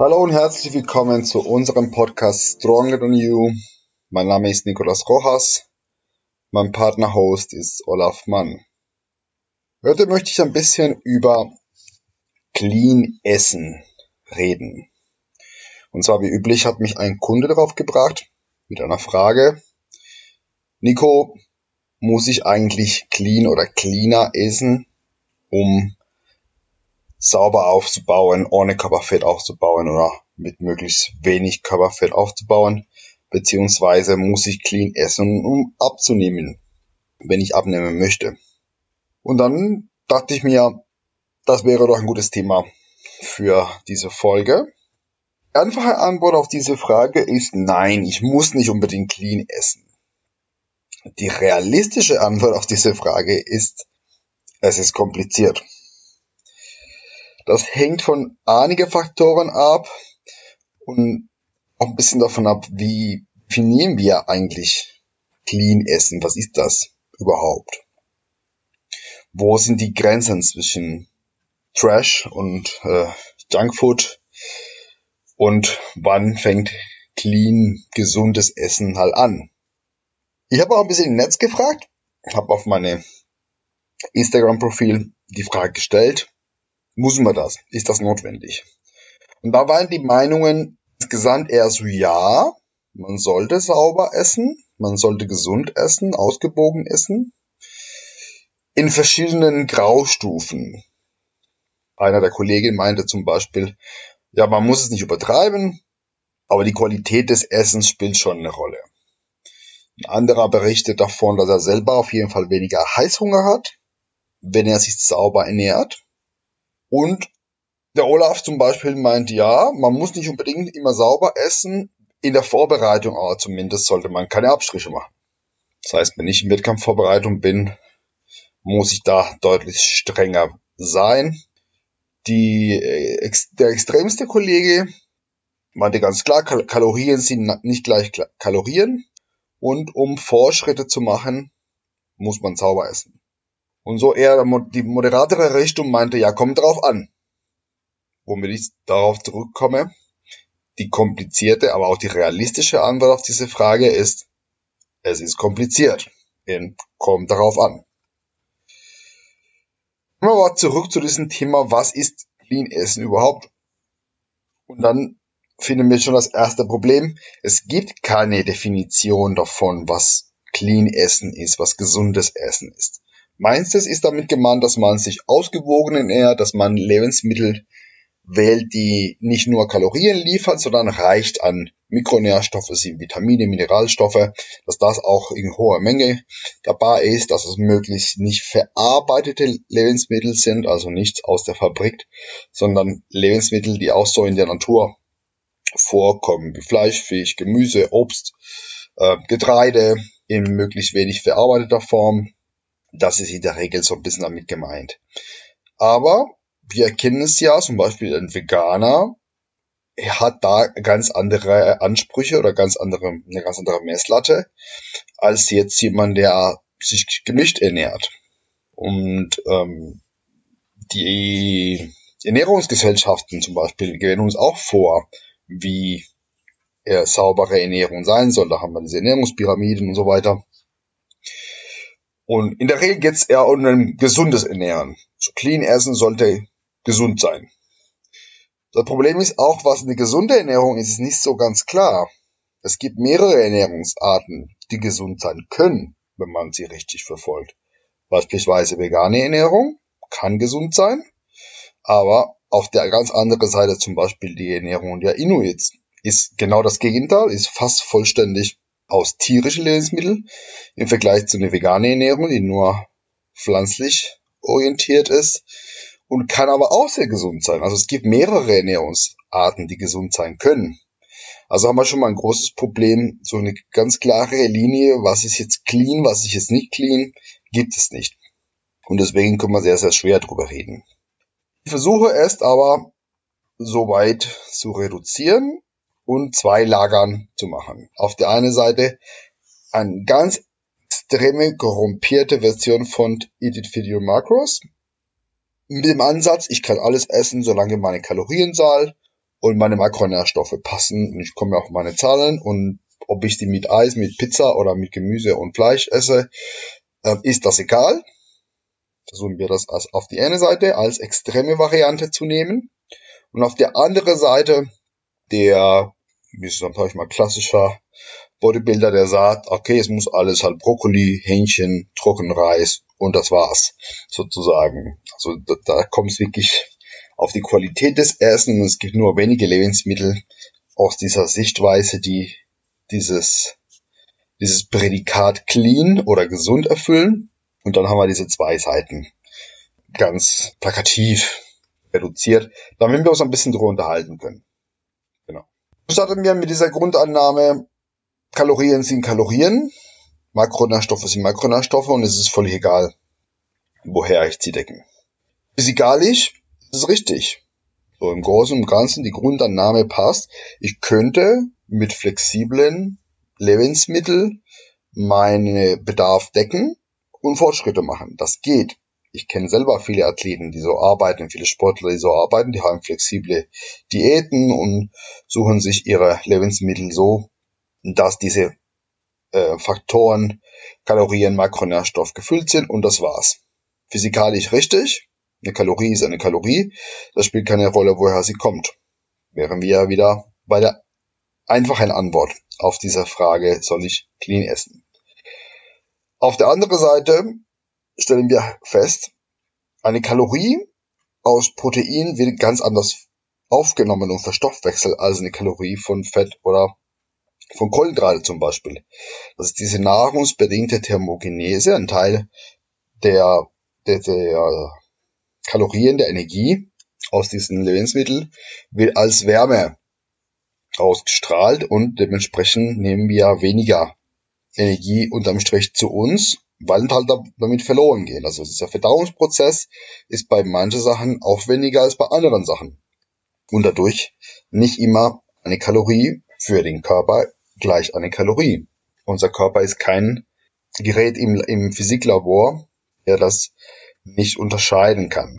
Hallo und herzlich willkommen zu unserem Podcast Stronger Than You. Mein Name ist Nicolas Rojas. Mein Partner-Host ist Olaf Mann. Heute möchte ich ein bisschen über Clean Essen reden. Und zwar wie üblich hat mich ein Kunde darauf gebracht mit einer Frage. Nico, muss ich eigentlich clean oder cleaner essen, um sauber aufzubauen, ohne Körperfett aufzubauen oder mit möglichst wenig Körperfett aufzubauen, beziehungsweise muss ich clean essen, um abzunehmen, wenn ich abnehmen möchte. Und dann dachte ich mir, das wäre doch ein gutes Thema für diese Folge. Die einfache Antwort auf diese Frage ist nein, ich muss nicht unbedingt clean essen. Die realistische Antwort auf diese Frage ist, es ist kompliziert. Das hängt von einigen Faktoren ab und auch ein bisschen davon ab, wie definieren wir eigentlich Clean Essen? Was ist das überhaupt? Wo sind die Grenzen zwischen Trash und Junkfood? Und wann fängt clean, gesundes Essen halt an? Ich habe auch ein bisschen im Netz gefragt, habe auf meine Instagram-Profil die Frage gestellt, muss man das? Ist das notwendig? Und da waren die Meinungen insgesamt eher so, ja, man sollte sauber essen, man sollte gesund essen, ausgewogen essen, in verschiedenen Graustufen. Einer der Kollegen meinte zum Beispiel, ja, man muss es nicht übertreiben, aber die Qualität des Essens spielt schon eine Rolle. Ein anderer berichtet davon, dass er selber auf jeden Fall weniger Heißhunger hat, wenn er sich sauber ernährt. Und der Olaf zum Beispiel meint, ja, man muss nicht unbedingt immer sauber essen, in der Vorbereitung aber zumindest sollte man keine Abstriche machen. Das heißt, wenn ich in Wettkampfvorbereitung bin, muss ich da deutlich strenger sein. Der extremste Kollege meinte ganz klar, Kalorien sind nicht gleich Kalorien und um Fortschritte zu machen, muss man sauber essen. Und so eher die moderatere Richtung meinte, ja, kommt drauf an. Womit ich darauf zurückkomme, die komplizierte, aber auch die realistische Antwort auf diese Frage ist, es ist kompliziert. Kommt darauf an. Kommen wir aber zurück zu diesem Thema, was ist Clean Essen überhaupt? Und dann finden wir schon das erste Problem. Es gibt keine Definition davon, was Clean Essen ist, was gesundes Essen ist. Meistens ist damit gemeint, dass man sich ausgewogen ernährt, dass man Lebensmittel wählt, die nicht nur Kalorien liefern, sondern reicht an Mikronährstoffe, sind Vitamine, Mineralstoffe, dass das auch in hoher Menge dabei ist, dass es möglichst nicht verarbeitete Lebensmittel sind, also nichts aus der Fabrik, sondern Lebensmittel, die auch so in der Natur vorkommen, wie Fleisch, Fisch, Gemüse, Obst, Getreide in möglichst wenig verarbeiteter Form. Das ist in der Regel so ein bisschen damit gemeint. Aber wir kennen es ja, zum Beispiel ein Veganer, er hat da ganz andere Ansprüche oder eine ganz andere Messlatte, als jetzt jemand, der sich gemischt ernährt. Und die Ernährungsgesellschaften zum Beispiel geben uns auch vor, wie saubere Ernährung sein soll. Da haben wir diese Ernährungspyramiden und so weiter. Und in der Regel geht es eher um ein gesundes Ernähren. So clean essen sollte gesund sein. Das Problem ist auch, was eine gesunde Ernährung ist nicht so ganz klar. Es gibt mehrere Ernährungsarten, die gesund sein können, wenn man sie richtig verfolgt. Beispielsweise vegane Ernährung kann gesund sein, aber auf der ganz anderen Seite zum Beispiel die Ernährung der Inuits ist genau das Gegenteil, ist fast vollständig aus tierischen Lebensmitteln im Vergleich zu einer veganen Ernährung, die nur pflanzlich orientiert ist und kann aber auch sehr gesund sein. Also es gibt mehrere Ernährungsarten, die gesund sein können. Also haben wir schon mal ein großes Problem, so eine ganz klare Linie, was ist jetzt clean, was ist jetzt nicht clean, gibt es nicht. Und deswegen können wir sehr, sehr schwer drüber reden. Ich versuche es aber so weit zu reduzieren und 2 Lagern zu machen. Auf der einen Seite eine ganz extreme, korrumpierte Version von Eat It Fit Your Macros. Mit dem Ansatz, ich kann alles essen, solange meine Kalorienzahl und meine Makronährstoffe passen und ich komme auf meine Zahlen und ob ich die mit Eis, mit Pizza oder mit Gemüse und Fleisch esse, ist das egal. Versuchen wir das auf die eine Seite als extreme Variante zu nehmen und auf der anderen Seite der, wie sag ich mal, klassischer Bodybuilder, der sagt, okay, es muss alles halt Brokkoli, Hähnchen, Trockenreis und das war's, sozusagen. Also da kommt es wirklich auf die Qualität des Essens und es gibt nur wenige Lebensmittel aus dieser Sichtweise, die dieses Prädikat clean oder gesund erfüllen. Und dann haben wir diese zwei Seiten ganz plakativ reduziert, damit wir uns ein bisschen drüber unterhalten können. Genau. Starten wir mit dieser Grundannahme, Kalorien sind Kalorien, Makronährstoffe sind Makronährstoffe und es ist völlig egal, woher ich sie decken. Physikalisch ist es richtig. So im Großen und Ganzen die Grundannahme passt. Ich könnte mit flexiblen Lebensmitteln meinen Bedarf decken und Fortschritte machen. Das geht. Ich kenne selber viele Athleten, die so arbeiten, viele Sportler, die so arbeiten, die haben flexible Diäten und suchen sich ihre Lebensmittel so, dass diese Faktoren, Kalorien, Makronährstoff gefüllt sind und das war's. Physikalisch richtig. Eine Kalorie ist eine Kalorie. Das spielt keine Rolle, woher sie kommt. Wären wir wieder bei der einfachen Antwort auf diese Frage, soll ich clean essen? Auf der anderen Seite stellen wir fest, eine Kalorie aus Protein wird ganz anders aufgenommen und verstoffwechselt als eine Kalorie von Fett oder von Kohlenhydrate zum Beispiel. Das ist diese nahrungsbedingte Thermogenese, ein Teil der Kalorien, der Energie aus diesen Lebensmitteln wird als Wärme ausgestrahlt und dementsprechend nehmen wir weniger Energie unterm Strich zu uns, weil halt damit verloren gehen. Also dieser Verdauungsprozess ist bei manchen Sachen aufwendiger als bei anderen Sachen. Und dadurch nicht immer eine Kalorie für den Körper gleich eine Kalorie. Unser Körper ist kein Gerät im Physiklabor, der das nicht unterscheiden kann.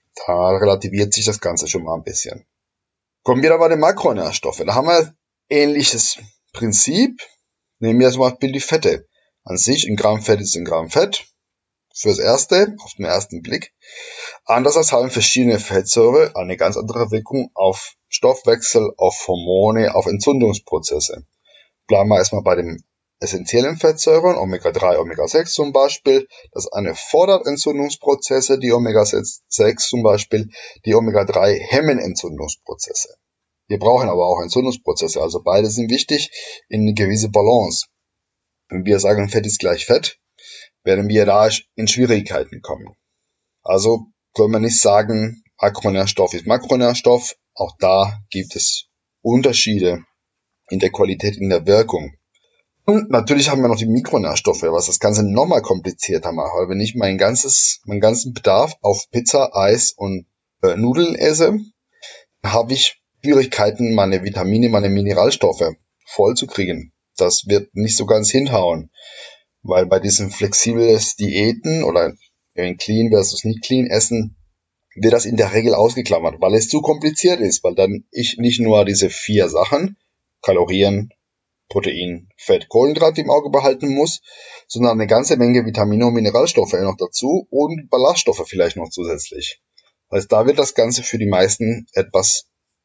Da relativiert sich das Ganze schon mal ein bisschen. Kommen wir aber bei den Makronährstoffen. Da haben wir ähnliches Prinzip. Nehmen wir zum Beispiel die Fette. An sich, ein Gramm Fett ist ein Gramm Fett. Fürs Erste, auf den ersten Blick. Andererseits haben verschiedene Fettsäuren eine ganz andere Wirkung auf Stoffwechsel, auf Hormone, auf Entzündungsprozesse. Bleiben wir erstmal bei den essentiellen Fettsäuren, Omega-3, Omega-6 zum Beispiel. Das eine fordert Entzündungsprozesse, die Omega-6 zum Beispiel, die Omega-3 hemmen Entzündungsprozesse. Wir brauchen aber auch Entzündungsprozesse, also beide sind wichtig in eine gewisse Balance. Wenn wir sagen, Fett ist gleich Fett, werden wir da in Schwierigkeiten kommen. Also können wir nicht sagen, Makronährstoff ist Makronährstoff. Auch da gibt es Unterschiede in der Qualität, in der Wirkung. Und natürlich haben wir noch die Mikronährstoffe, was das Ganze nochmal komplizierter macht. Weil wenn ich meinen ganzen Bedarf auf Pizza, Eis und Nudeln esse, habe ich Schwierigkeiten, meine Vitamine, meine Mineralstoffe voll zu kriegen. Das wird nicht so ganz hinhauen. Weil bei diesen flexiblen Diäten oder clean versus nicht clean essen, wird das in der Regel ausgeklammert, weil es zu kompliziert ist, weil dann ich nicht nur diese 4 Sachen, Kalorien, Protein, Fett, Kohlenhydrate im Auge behalten muss, sondern eine ganze Menge Vitamine und Mineralstoffe noch dazu und Ballaststoffe vielleicht noch zusätzlich. Das heißt, da wird das Ganze für die meisten etwas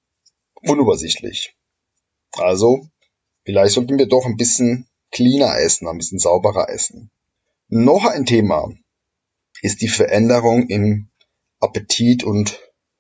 unübersichtlich. Also, vielleicht sollten wir doch ein bisschen cleaner essen, ein bisschen sauberer essen. Noch ein Thema ist die Veränderung im Appetit und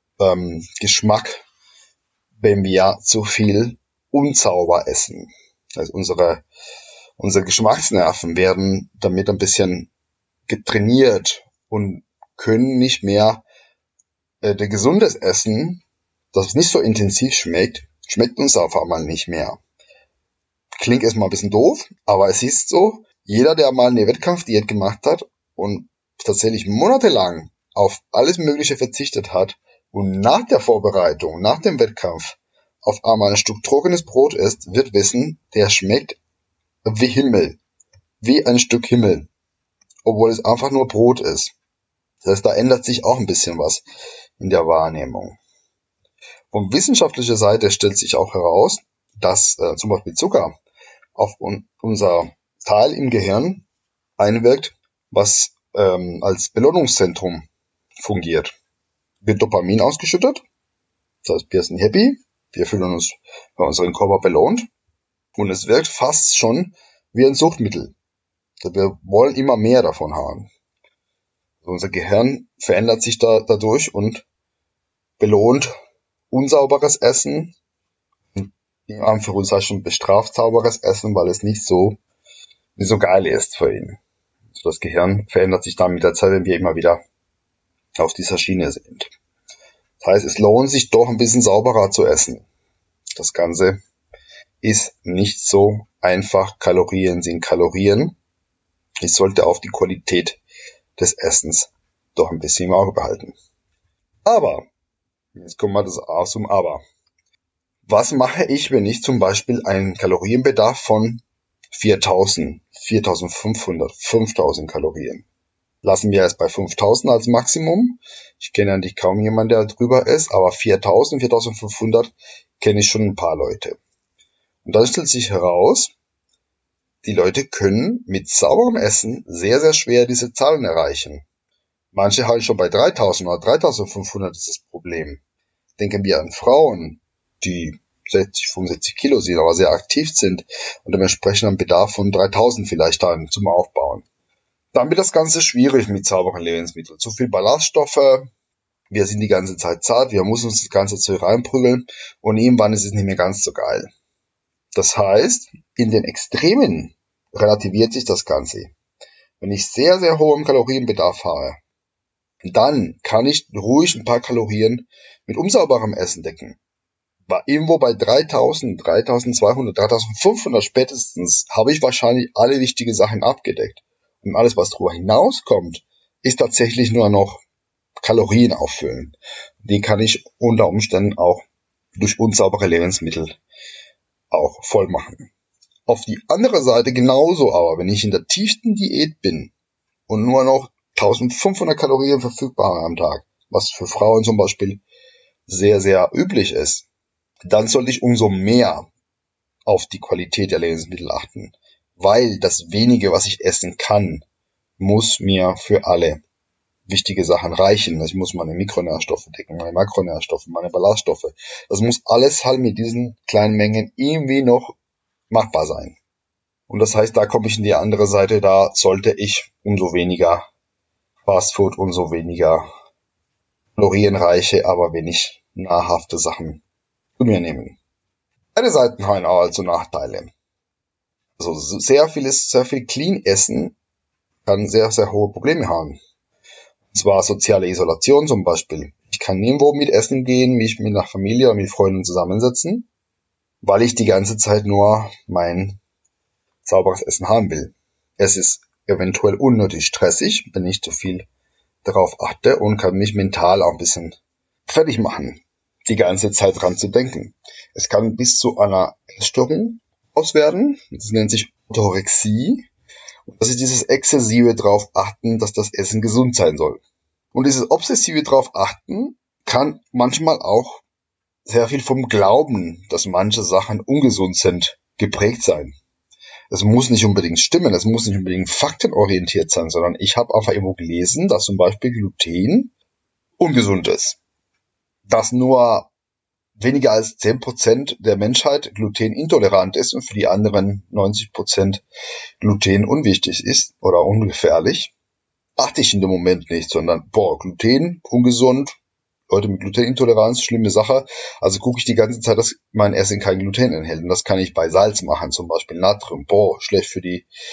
Geschmack, wenn wir zu viel unsauber essen. Also unsere Geschmacksnerven werden damit ein bisschen getrainiert und können nicht mehr der gesundes Essen, das nicht so intensiv schmeckt uns auf einmal nicht mehr. Klingt erstmal ein bisschen doof, aber es ist so, jeder, der mal eine Wettkampfdiät gemacht hat und tatsächlich monatelang auf alles Mögliche verzichtet hat und nach der Vorbereitung, nach dem Wettkampf auf einmal ein Stück trockenes Brot isst, wird wissen, der schmeckt wie Himmel, wie ein Stück Himmel, obwohl es einfach nur Brot ist. Das heißt, da ändert sich auch ein bisschen was in der Wahrnehmung. Von wissenschaftlicher Seite stellt sich auch heraus, dass zum Beispiel Zucker auf unser Teil im Gehirn einwirkt, was als Belohnungszentrum fungiert. Wird Dopamin ausgeschüttet, das heißt, wir sind happy, wir fühlen uns bei unserem Körper belohnt und es wirkt fast schon wie ein Suchtmittel. Wir wollen immer mehr davon haben. Also unser Gehirn verändert sich dadurch und belohnt unsauberes Essen, in Anführungszeichen bestraft sauberes Essen, weil es nicht so geil ist für ihn. Also das Gehirn verändert sich dann mit der Zeit, wenn wir immer wieder auf dieser Schiene sind. Das heißt, es lohnt sich doch ein bisschen sauberer zu essen. Das Ganze ist nicht so einfach. Kalorien sind Kalorien. Ich sollte auf die Qualität des Essens doch ein bisschen im Auge behalten. Aber, jetzt kommt mal das A zum Aber. Was mache ich, wenn ich zum Beispiel einen Kalorienbedarf von 4000, 4500, 5000 Kalorien? Lassen wir es bei 5000 als Maximum. Ich kenne eigentlich kaum jemanden, der drüber ist, aber 4000, 4500 kenne ich schon ein paar Leute. Und dann stellt sich heraus, die Leute können mit sauberem Essen sehr, sehr schwer diese Zahlen erreichen. Manche haben schon bei 3000 oder 3500 das Problem. Denken wir an Frauen, die 60, 65 Kilo sind, aber sehr aktiv sind und dementsprechend einen Bedarf von 3000 vielleicht dann zum Aufbauen. Dann wird das Ganze schwierig mit sauberen Lebensmitteln. Zu viel Ballaststoffe, wir sind die ganze Zeit zart, wir müssen uns das ganze Zeug reinprügeln und irgendwann ist es nicht mehr ganz so geil. Das heißt, in den Extremen relativiert sich das Ganze. Wenn ich sehr, sehr hohen Kalorienbedarf habe, dann kann ich ruhig ein paar Kalorien mit unsauberem Essen decken. Irgendwo bei 3000, 3200, 3500 spätestens habe ich wahrscheinlich alle wichtigen Sachen abgedeckt. Und alles, was darüber hinauskommt, ist tatsächlich nur noch Kalorien auffüllen. Die kann ich unter Umständen auch durch unsaubere Lebensmittel auch voll machen. Auf die andere Seite genauso aber, wenn ich in der tiefsten Diät bin und nur noch 1500 Kalorien verfügbar habe am Tag, was für Frauen zum Beispiel sehr, sehr üblich ist, dann sollte ich umso mehr auf die Qualität der Lebensmittel achten. Weil das wenige, was ich essen kann, muss mir für alle wichtige Sachen reichen. Ich muss meine Mikronährstoffe decken, meine Makronährstoffe, meine Ballaststoffe. Das muss alles halt mit diesen kleinen Mengen irgendwie noch machbar sein. Und das heißt, da komme ich in die andere Seite, da sollte ich umso weniger Fastfood, umso weniger kalorienreiche, aber wenig nahrhafte Sachen zu mir nehmen. Beide Seiten haben also Nachteile. Also sehr viel Clean Essen kann sehr, sehr hohe Probleme haben. Und zwar soziale Isolation zum Beispiel. Ich kann nirgendwo mit essen gehen, mich mit einer Familie oder mit Freunden zusammensetzen, weil ich die ganze Zeit nur mein sauberes Essen haben will. Es ist eventuell unnötig stressig, wenn ich zu viel darauf achte und kann mich mental auch ein bisschen fertig machen, die ganze Zeit dran zu denken. Es kann bis zu einer Essstörung auswerten. Das nennt sich Orthorexie. Und das ist dieses exzessive drauf achten, dass das Essen gesund sein soll. Und dieses obsessive drauf achten kann manchmal auch sehr viel vom Glauben, dass manche Sachen ungesund sind, geprägt sein. Es muss nicht unbedingt stimmen, es muss nicht unbedingt faktenorientiert sein, sondern ich habe einfach irgendwo gelesen, dass zum Beispiel Gluten ungesund ist. Dass nur weniger als 10% der Menschheit glutenintolerant ist und für die anderen 90% Gluten unwichtig ist oder ungefährlich, achte ich in dem Moment nicht, sondern, Gluten, ungesund, Leute mit Glutenintoleranz, schlimme Sache. Also gucke ich die ganze Zeit, dass mein Essen kein Gluten enthält. Und das kann ich bei Salz machen, zum Beispiel Natrium. Schlecht für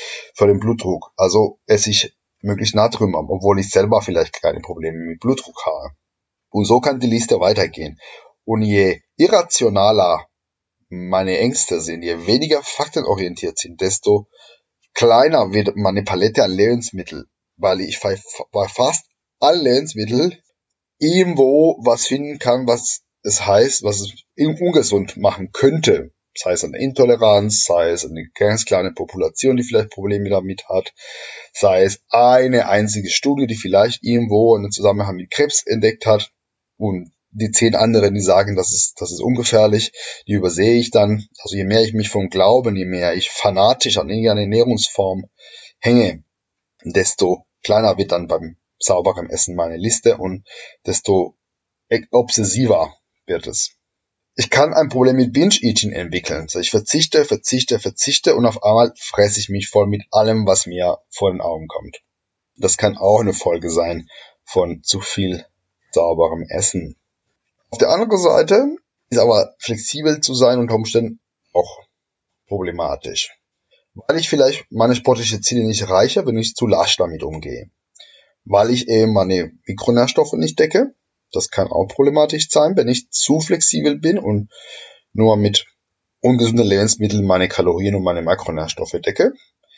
den Blutdruck. Also esse ich möglichst Natrium ab, obwohl ich selber vielleicht keine Probleme mit Blutdruck habe. Und so kann die Liste weitergehen. Und je irrationaler meine Ängste sind, je weniger faktenorientiert sind, desto kleiner wird meine Palette an Lebensmitteln. Weil ich bei fast allen Lebensmitteln irgendwo was finden kann, was es heißt, was es ungesund machen könnte. Sei es eine Intoleranz, sei es eine ganz kleine Population, die vielleicht Probleme damit hat, sei es eine einzige Studie, die vielleicht irgendwo einen Zusammenhang mit Krebs entdeckt hat. Und die 10 anderen, die sagen, das ist ungefährlich, die übersehe ich dann. Also je mehr ich mich vom Glauben, je mehr ich fanatisch an irgendeiner Ernährungsform hänge, desto kleiner wird dann beim sauberen Essen meine Liste und desto obsessiver wird es. Ich kann ein Problem mit Binge-Eating entwickeln. Also ich verzichte und auf einmal fresse ich mich voll mit allem, was mir vor den Augen kommt. Das kann auch eine Folge sein von zu viel sauberem Essen. Auf der anderen Seite ist aber flexibel zu sein unter Umständen auch problematisch. Weil ich vielleicht meine sportlichen Ziele nicht erreiche, wenn ich zu lasch damit umgehe. Weil ich eben meine Mikronährstoffe nicht decke. Das kann auch problematisch sein, wenn ich zu flexibel bin und nur mit ungesunden Lebensmitteln meine Kalorien und meine Makronährstoffe decke.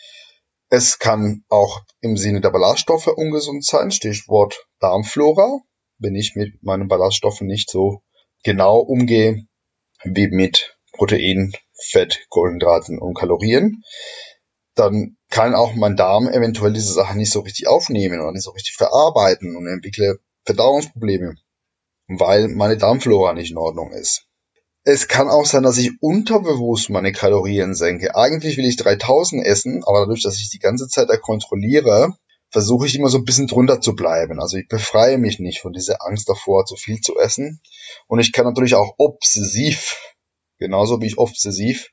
Es kann auch im Sinne der Ballaststoffe ungesund sein, Stichwort Darmflora, wenn ich mit meinen Ballaststoffen nicht so genau umgehe wie mit Protein, Fett, Kohlenhydraten und Kalorien. Dann kann auch mein Darm eventuell diese Sachen nicht so richtig aufnehmen oder nicht so richtig verarbeiten und entwickle Verdauungsprobleme, weil meine Darmflora nicht in Ordnung ist. Es kann auch sein, dass ich unterbewusst meine Kalorien senke. Eigentlich will ich 3000 essen, aber dadurch, dass ich die ganze Zeit da kontrolliere, versuche ich immer so ein bisschen drunter zu bleiben. Also ich befreie mich nicht von dieser Angst davor, zu viel zu essen. Und ich kann natürlich auch obsessiv, genauso wie ich obsessiv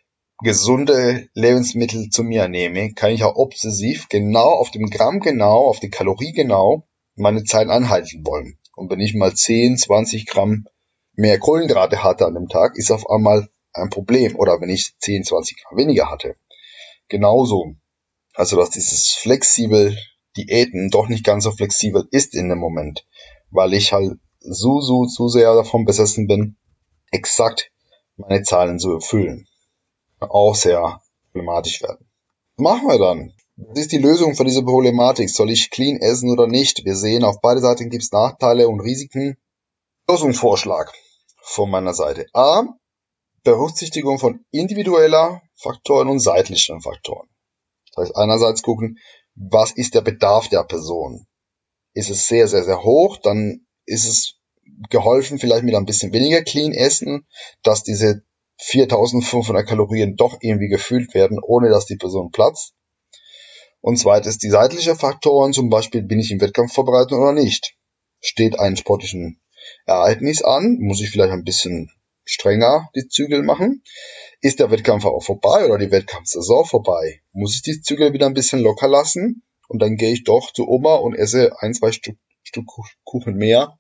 gesunde Lebensmittel zu mir nehme, kann ich auch obsessiv genau auf dem Gramm genau, auf die Kalorie genau meine Zeit anhalten wollen. Und wenn ich mal 10, 20 Gramm mehr Kohlenhydrate hatte an dem Tag, ist auf einmal ein Problem. Oder wenn ich 10, 20 Gramm weniger hatte. Genauso. Also, dass dieses flexibel Diäten doch nicht ganz so flexibel ist in dem Moment. Weil ich halt so sehr davon besessen bin, exakt meine Zahlen zu erfüllen. Auch sehr problematisch werden. Was machen wir dann? Was ist die Lösung für diese Problematik? Soll ich clean essen oder nicht? Wir sehen, auf beide Seiten gibt es Nachteile und Risiken. Lösungsvorschlag von meiner Seite. A. Berücksichtigung von individueller Faktoren und seitlichen Faktoren. Das heißt, einerseits gucken, was ist der Bedarf der Person? Ist es sehr, sehr, sehr hoch, dann ist es geholfen, vielleicht mit ein bisschen weniger clean essen, dass diese 4500 Kalorien doch irgendwie gefüllt werden, ohne dass die Person platzt. Und zweitens die seitlichen Faktoren, zum Beispiel, bin ich im Wettkampf vorbereitet oder nicht? Steht ein sportlichen Ereignis an? Muss ich vielleicht ein bisschen strenger die Zügel machen? Ist der Wettkampf auch vorbei oder die Wettkampfsaison vorbei? Muss ich die Zügel wieder ein bisschen locker lassen? Und dann gehe ich doch zu Oma und esse 1, 2 Stück Kuchen mehr,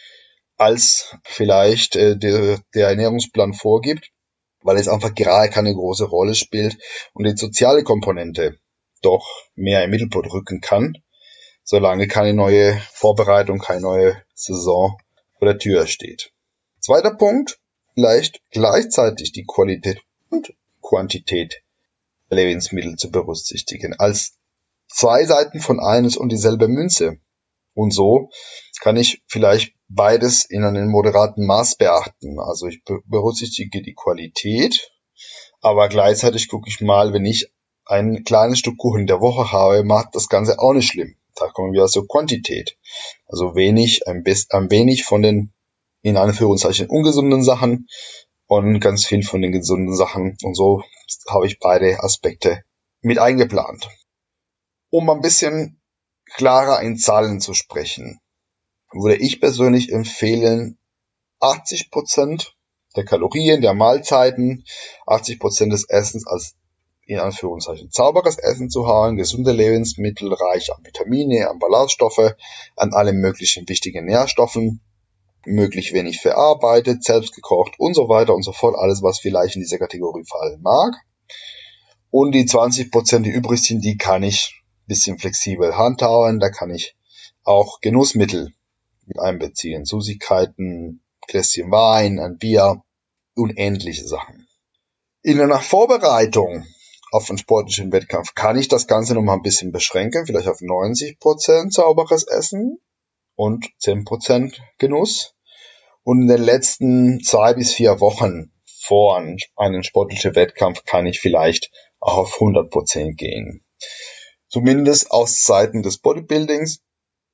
als vielleicht der Ernährungsplan vorgibt, weil es einfach gerade keine große Rolle spielt und die soziale Komponente doch mehr im Mittelpunkt rücken kann, solange keine neue Vorbereitung, keine neue Saison vor der Tür steht. Zweiter Punkt, vielleicht gleichzeitig die Qualität und Quantität der Lebensmittel zu berücksichtigen, als 2 Seiten von eines und dieselbe Münze. Und so kann ich vielleicht beides in einem moderaten Maß beachten. Also ich berücksichtige die Qualität, aber gleichzeitig gucke ich mal, wenn ich ein kleines Stück Kuchen in der Woche habe, macht das Ganze auch nicht schlimm. Da kommen wir zur Quantität. Also ein wenig von den, in Anführungszeichen, ungesunden Sachen und ganz viel von den gesunden Sachen. Und so habe ich beide Aspekte mit eingeplant. Um ein bisschen klarer in Zahlen zu sprechen, würde ich persönlich empfehlen, 80% der Kalorien, der Mahlzeiten, 80% des Essens als in Anführungszeichen sauberes Essen zu haben, gesunde Lebensmittel, reich an Vitamine, an Ballaststoffe, an allen möglichen wichtigen Nährstoffen, möglichst wenig verarbeitet, selbst gekocht und so weiter und so fort, alles was vielleicht in diese Kategorie fallen mag. Und die 20%, die übrig sind, die kann ich ein bisschen flexibel handhaben, da kann ich auch Genussmittel mit einbeziehen, Süßigkeiten, Gläschen Wein, ein Bier und ähnliche Sachen. In einer Vorbereitung auf einen sportlichen Wettkampf kann ich das Ganze noch mal ein bisschen beschränken, vielleicht auf 90% sauberes Essen und 10% Genuss. Und in den letzten 2 bis 4 Wochen vor einem sportlichen Wettkampf kann ich vielleicht auch auf 100% gehen. Zumindest aus Seiten des Bodybuildings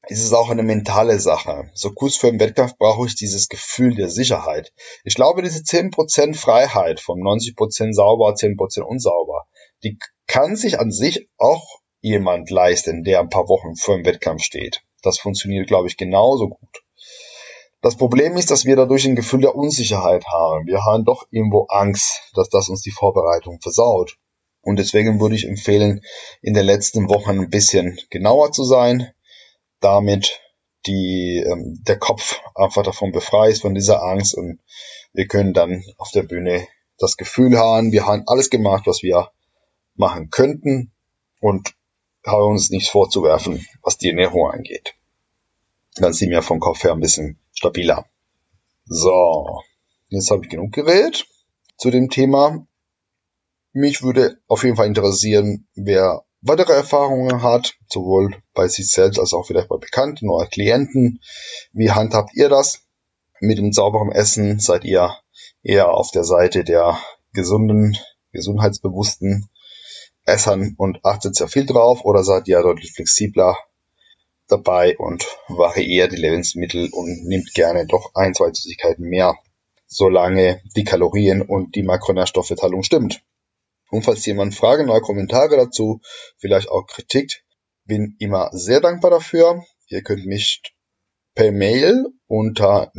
ist es auch eine mentale Sache. So kurz vor dem Wettkampf brauche ich dieses Gefühl der Sicherheit. Ich glaube, diese 10% Freiheit von 90% sauber, 10% unsauber, die kann sich an sich auch jemand leisten, der ein paar Wochen vor dem Wettkampf steht. Das funktioniert, glaube ich, genauso gut. Das Problem ist, dass wir dadurch ein Gefühl der Unsicherheit haben. Wir haben doch irgendwo Angst, dass das uns die Vorbereitung versaut. Und deswegen würde ich empfehlen, in den letzten Wochen ein bisschen genauer zu sein, damit der Kopf einfach davon befreit ist, von dieser Angst, und wir können dann auf der Bühne das Gefühl haben, wir haben alles gemacht, was wir machen könnten und haben uns nichts vorzuwerfen, was die Ernährung angeht. Dann sind wir vom Kopf her ein bisschen stabiler. So, jetzt habe ich genug geredet zu dem Thema. Mich würde auf jeden Fall interessieren, wer weitere Erfahrungen hat, sowohl bei sich selbst als auch vielleicht bei Bekannten oder Klienten. Wie handhabt ihr das mit dem sauberen Essen? Seid ihr eher auf der Seite der gesunden, gesundheitsbewussten Essern und achtet sehr viel drauf, oder seid ihr deutlich flexibler dabei und variiert die Lebensmittel und nimmt gerne doch 1-2 Süßigkeiten mehr, solange die Kalorien und die Makronährstoffverteilung stimmt? Und falls jemand Fragen oder Kommentare dazu, vielleicht auch Kritik, bin immer sehr dankbar dafür. Ihr könnt mich per Mail unter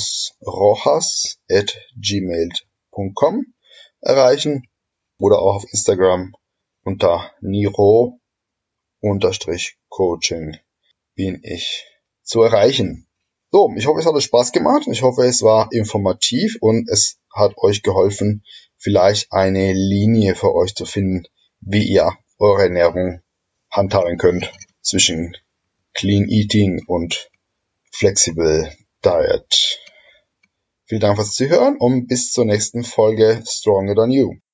nikosrojas@gmail.com erreichen oder auch auf Instagram unter niro_coaching bin ich zu erreichen. So, ich hoffe, es hat euch Spaß gemacht. Ich hoffe, es war informativ und es hat euch geholfen, vielleicht eine Linie für euch zu finden, wie ihr eure Ernährung handhaben könnt zwischen Clean Eating und Flexible Diet. Vielen Dank fürs Zuhören und bis zur nächsten Folge Stronger Than You.